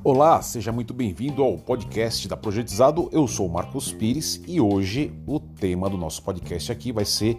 Olá, seja muito bem-vindo ao podcast da Projetizado. Eu sou o Marcos Pires e hoje o tema do nosso podcast aqui vai ser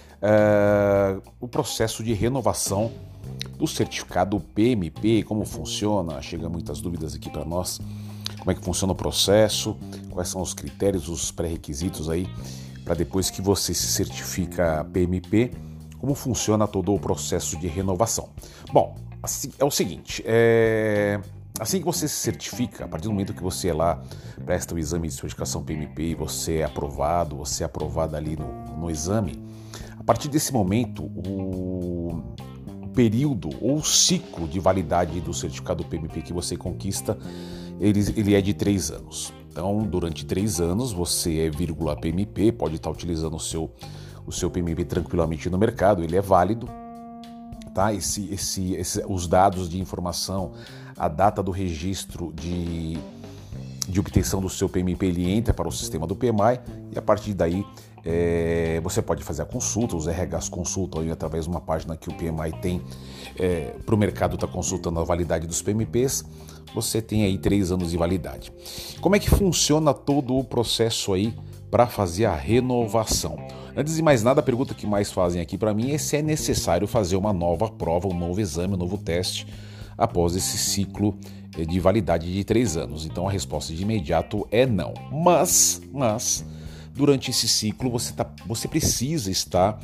o processo de renovação do certificado PMP, como funciona. Chegam muitas dúvidas aqui para nós, como é que funciona o processo, quais são os critérios, os pré-requisitos aí para depois que você se certifica PMP, como funciona todo o processo de renovação. Bom, assim, é o seguinte, assim que você se certifica, a partir do momento que você lá presta o exame de certificação PMP e você é aprovada ali no exame, a partir desse momento, o período ou ciclo de validade do certificado PMP que você conquista, ele é de 3 anos. Então, durante 3 anos, você é PMP, pode estar utilizando o seu PMP tranquilamente no mercado, ele é válido. Tá? Os dados de informação, a data do registro de obtenção do seu PMP, ele entra para o sistema do PMI e a partir daí você pode fazer a consulta, os RHs consultam aí através de uma página que o PMI tem para o mercado estar consultando a validade dos PMPs, você tem aí 3 anos de validade. Como é que funciona todo o processo aí para fazer a renovação? Antes de mais nada, a pergunta que mais fazem aqui para mim é se é necessário fazer uma nova prova, um novo exame, um novo teste após esse ciclo de validade de 3 anos. Então a resposta de imediato é não. Mas durante esse ciclo você precisa estar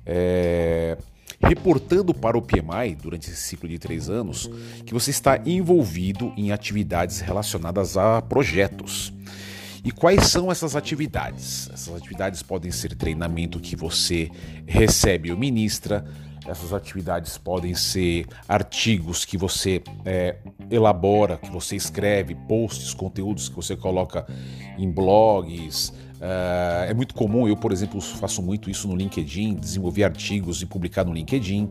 reportando para o PMI, durante esse ciclo de 3 anos, que você está envolvido em atividades relacionadas a projetos. E quais são essas atividades? Essas atividades podem ser treinamento que você recebe ou ministra, essas atividades podem ser artigos que você elabora, que você escreve, posts, conteúdos que você coloca em blogs. É muito comum, eu, por exemplo, faço muito isso no LinkedIn, desenvolver artigos e publicar no LinkedIn.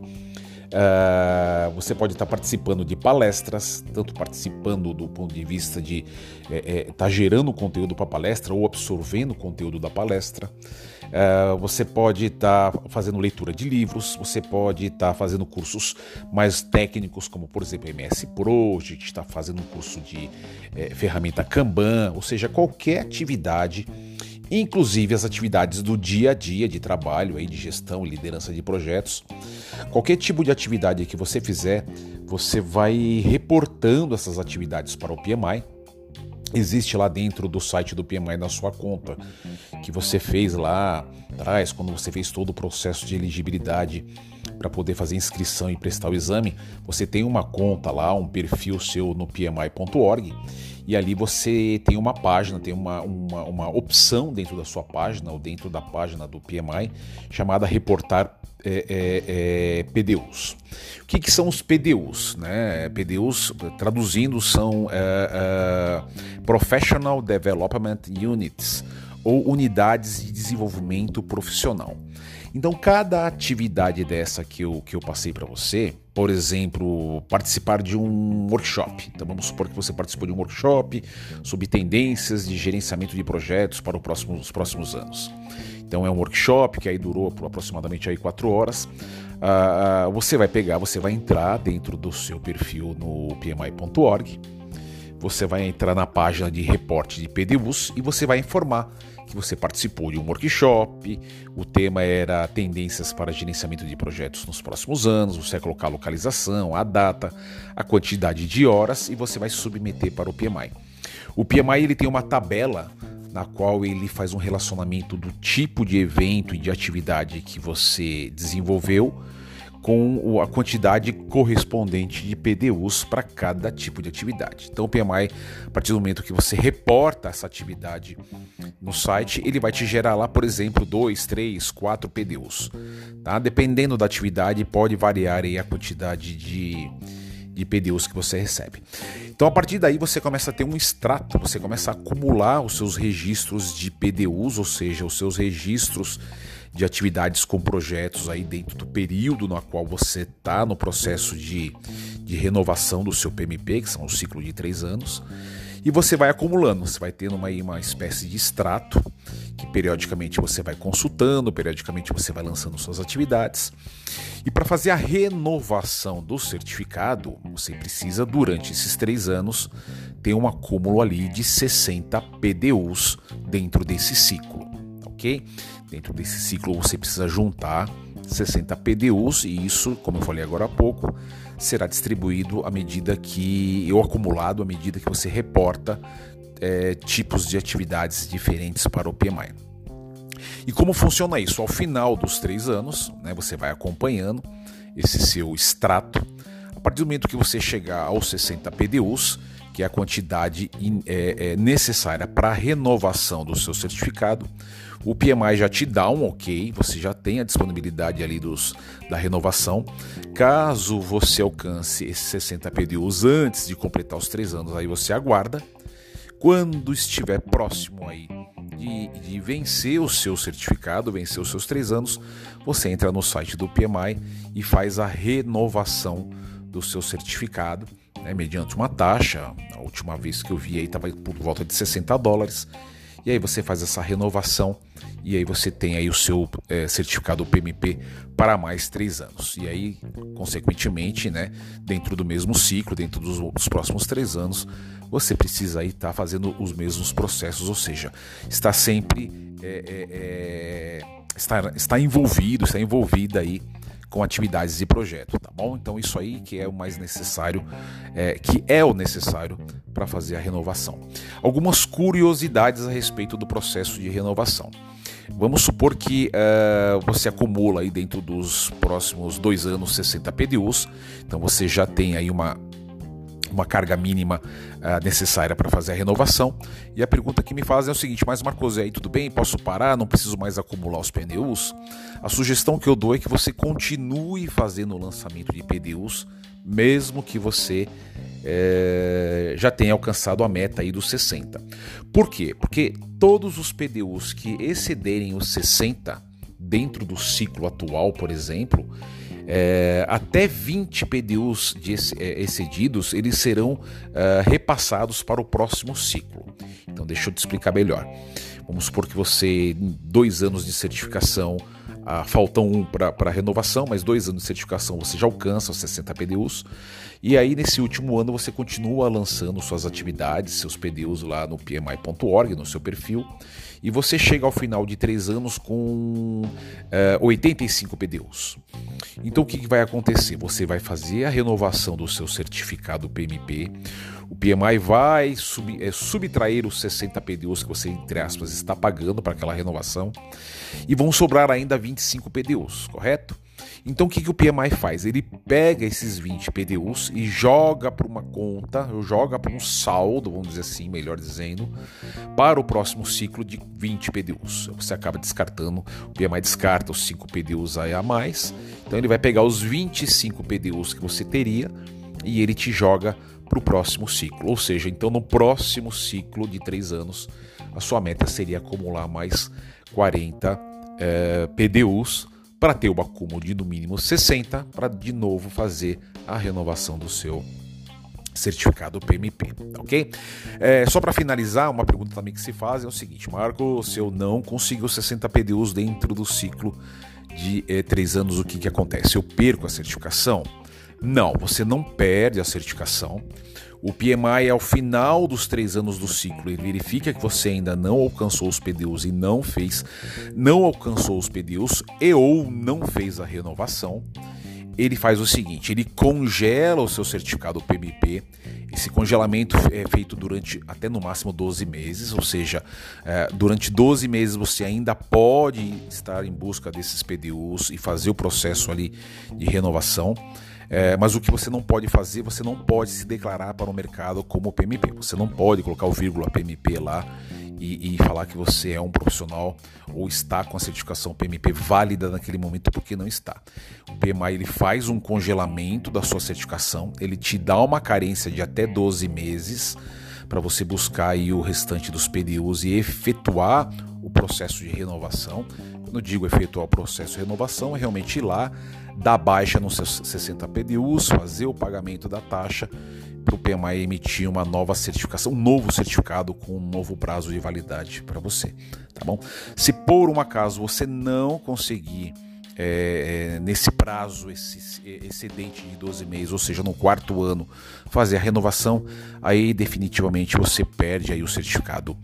Você pode estar participando de palestras, tanto participando do ponto de vista de estar gerando conteúdo para a palestra ou absorvendo o conteúdo da palestra. Você pode estar fazendo leitura de livros, você pode estar fazendo cursos mais técnicos, como por exemplo MS Project, está fazendo um curso de ferramenta Kanban, ou seja, qualquer atividade, inclusive as atividades do dia a dia de trabalho, aí, de gestão e liderança de projetos. Qualquer tipo de atividade que você fizer, você vai reportando essas atividades para o PMI. Existe lá dentro do site do PMI na sua conta, que você fez lá atrás, quando você fez todo o processo de elegibilidade para poder fazer inscrição e prestar o exame, você tem uma conta lá, um perfil seu no pmi.org, e ali você tem uma página, tem uma opção dentro da sua página ou dentro da página do PMI chamada Reportar PDUs. O que são os PDUs? Né? PDUs, traduzindo, são Professional Development Units, ou unidades de desenvolvimento profissional. Então, cada atividade dessa que eu passei para você, por exemplo, participar de um workshop. Então, vamos supor que você participou de um workshop sobre tendências de gerenciamento de projetos para os próximos anos. Então, é um workshop que aí durou por aproximadamente aí 4 horas. Você vai entrar dentro do seu perfil no pmi.org. Você vai entrar na página de reporte de PDUs e você vai informar que você participou de um workshop, o tema era tendências para gerenciamento de projetos nos próximos anos, você vai colocar a localização, a data, a quantidade de horas e você vai submeter para o PMI. O PMI ele tem uma tabela na qual ele faz um relacionamento do tipo de evento e de atividade que você desenvolveu com a quantidade correspondente de PDUs para cada tipo de atividade. Então o PMI, a partir do momento que você reporta essa atividade no site, ele vai te gerar lá, por exemplo, 2, 3, 4 PDUs. Tá? Dependendo da atividade, pode variar aí a quantidade de PDUs que você recebe. Então a partir daí você começa a ter um extrato, você começa a acumular os seus registros de PDUs, ou seja, os seus registros de atividades com projetos aí dentro do período no qual você está no processo de renovação do seu PMP, que são um ciclo de 3 anos. E você vai acumulando, você vai tendo uma espécie de extrato que periodicamente você vai consultando, periodicamente você vai lançando suas atividades. E para fazer a renovação do certificado, você precisa, durante esses 3 anos, ter um acúmulo ali de 60 PDUs dentro desse ciclo, ok? Dentro desse ciclo você precisa juntar 60 PDUs e isso, como eu falei agora há pouco, será distribuído à medida que, ou acumulado à medida que você reporta tipos de atividades diferentes para o PMI. E como funciona isso? Ao final dos 3 anos, né, você vai acompanhando esse seu extrato. A partir do momento que você chegar aos 60 PDUs, que é a quantidade necessária para a renovação do seu certificado, o PMI já te dá um ok, você já tem a disponibilidade ali da renovação. Caso você alcance esses 60 PDUs antes de completar os 3 anos, aí você aguarda. Quando estiver próximo aí de vencer o seu certificado, vencer os seus 3 anos, você entra no site do PMI e faz a renovação do seu certificado, né, mediante uma taxa. A última vez que eu vi aí estava por volta de $60. E aí você faz essa renovação e aí você tem aí o seu certificado PMP para mais 3 anos. E aí, consequentemente, né, dentro do mesmo ciclo, dentro dos próximos 3 anos, você precisa aí estar fazendo os mesmos processos, ou seja, está sempre está envolvida aí com atividades de projeto, tá bom? Então isso aí que é o mais necessário, que é o necessário para fazer a renovação. Algumas curiosidades a respeito do processo de renovação. Vamos supor que você acumula aí dentro dos próximos 2 anos 60 PDUs, então você já tem aí uma carga mínima necessária para fazer a renovação. E a pergunta que me fazem é o seguinte: mas Marcos, aí tudo bem? Posso parar? Não preciso mais acumular os PDUs? A sugestão que eu dou é que você continue fazendo o lançamento de PDUs, mesmo que você já tenha alcançado a meta aí dos 60. Por quê? Porque todos os PDUs que excederem os 60 dentro do ciclo atual, por exemplo, até 20 PDUs excedidos, eles serão repassados para o próximo ciclo. Então deixa eu te explicar melhor. Vamos supor que você, em 2 anos de certificação, faltam 1 para renovação, mas 2 anos de certificação você já alcança os 60 PDUs. E aí nesse último ano você continua lançando suas atividades, seus PDUs lá no pmi.org, no seu perfil. E você chega ao final de 3 anos com 85 PDUs. Então o que vai acontecer? Você vai fazer a renovação do seu certificado PMP, o PMI vai subtrair os 60 PDUs que você, entre aspas, está pagando para aquela renovação e vão sobrar ainda 25 PDUs, correto? Então o que o PMI faz? Ele pega esses 20 PDUs e joga para uma conta, joga para um saldo, vamos dizer assim, melhor dizendo, para o próximo ciclo de 20 PDUs. Você acaba descartando, o PMI descarta os 5 PDUs aí a mais, então ele vai pegar os 25 PDUs que você teria e ele te joga para o próximo ciclo. Ou seja, então no próximo ciclo de 3 anos, a sua meta seria acumular mais 40 PDUs, para ter o acúmulo de no mínimo 60, para de novo fazer a renovação do seu certificado PMP, ok? Só para finalizar, uma pergunta também que se faz é o seguinte: Marco, se eu não consigo 60 PDUs dentro do ciclo de 3 anos, o que acontece? Eu perco a certificação? Não, você não perde a certificação. O PMI, ao final dos 3 anos do ciclo, ele verifica que você ainda não alcançou os PDUs e não alcançou os PDUs ou não fez a renovação. Ele faz o seguinte: ele congela o seu certificado PMP. Esse congelamento é feito durante até no máximo 12 meses, ou seja, durante 12 meses você ainda pode estar em busca desses PDUs e fazer o processo ali de renovação. Mas o que você não pode fazer, você não pode se declarar para o mercado como PMP. Você não pode colocar o vírgula PMP lá e falar que você é um profissional ou está com a certificação PMP válida naquele momento, porque não está. O PMI ele faz um congelamento da sua certificação, ele te dá uma carência de até 12 meses para você buscar aí o restante dos PDUs e efetuar o processo de renovação. Quando eu digo efetuar o processo de renovação, é realmente ir lá, dar baixa nos seus 60 PDUs, fazer o pagamento da taxa, para o PMI emitir uma nova certificação, um novo certificado com um novo prazo de validade para você, tá bom? Se por um acaso você não conseguir nesse prazo, esse excedente de 12 meses, ou seja, no quarto ano, fazer a renovação, aí definitivamente você perde aí o certificado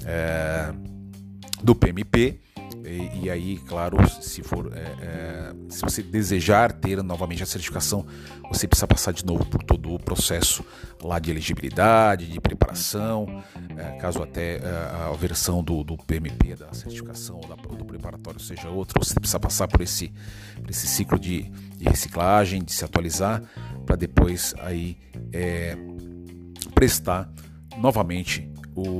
do PMP. E aí, claro, se você desejar ter novamente a certificação, você precisa passar de novo por todo o processo lá de elegibilidade, de preparação, caso até a versão do PMP, da certificação ou do preparatório seja outra, você precisa passar por esse ciclo de reciclagem, de se atualizar, para depois aí prestar novamente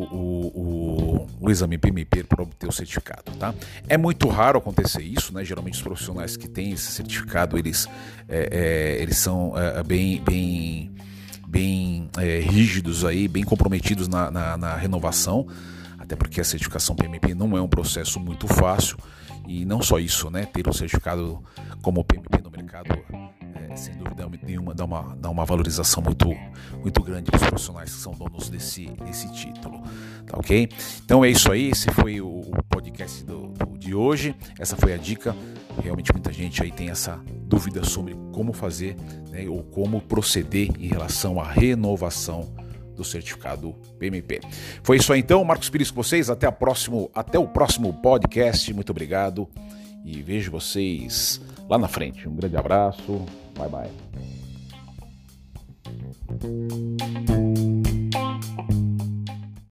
o exame PMP para obter o certificado, tá? É muito raro acontecer isso, né? Geralmente os profissionais que têm esse certificado, eles são bem rígidos aí, bem comprometidos na renovação, até porque a certificação PMP não é um processo muito fácil, e não só isso, né? Ter um certificado como o PMP no mercado, sem dúvida nenhuma, dá uma valorização muito grande para os profissionais que são donos desse título, tá ok? Então é isso aí, esse foi o podcast de hoje, essa foi a dica. Realmente muita gente aí tem essa dúvida sobre como fazer, né, ou como proceder em relação à renovação do certificado PMP. Foi isso aí então, Marcos Pires com vocês, até o próximo podcast, muito obrigado e vejo vocês lá na frente. Um grande abraço, bye bye.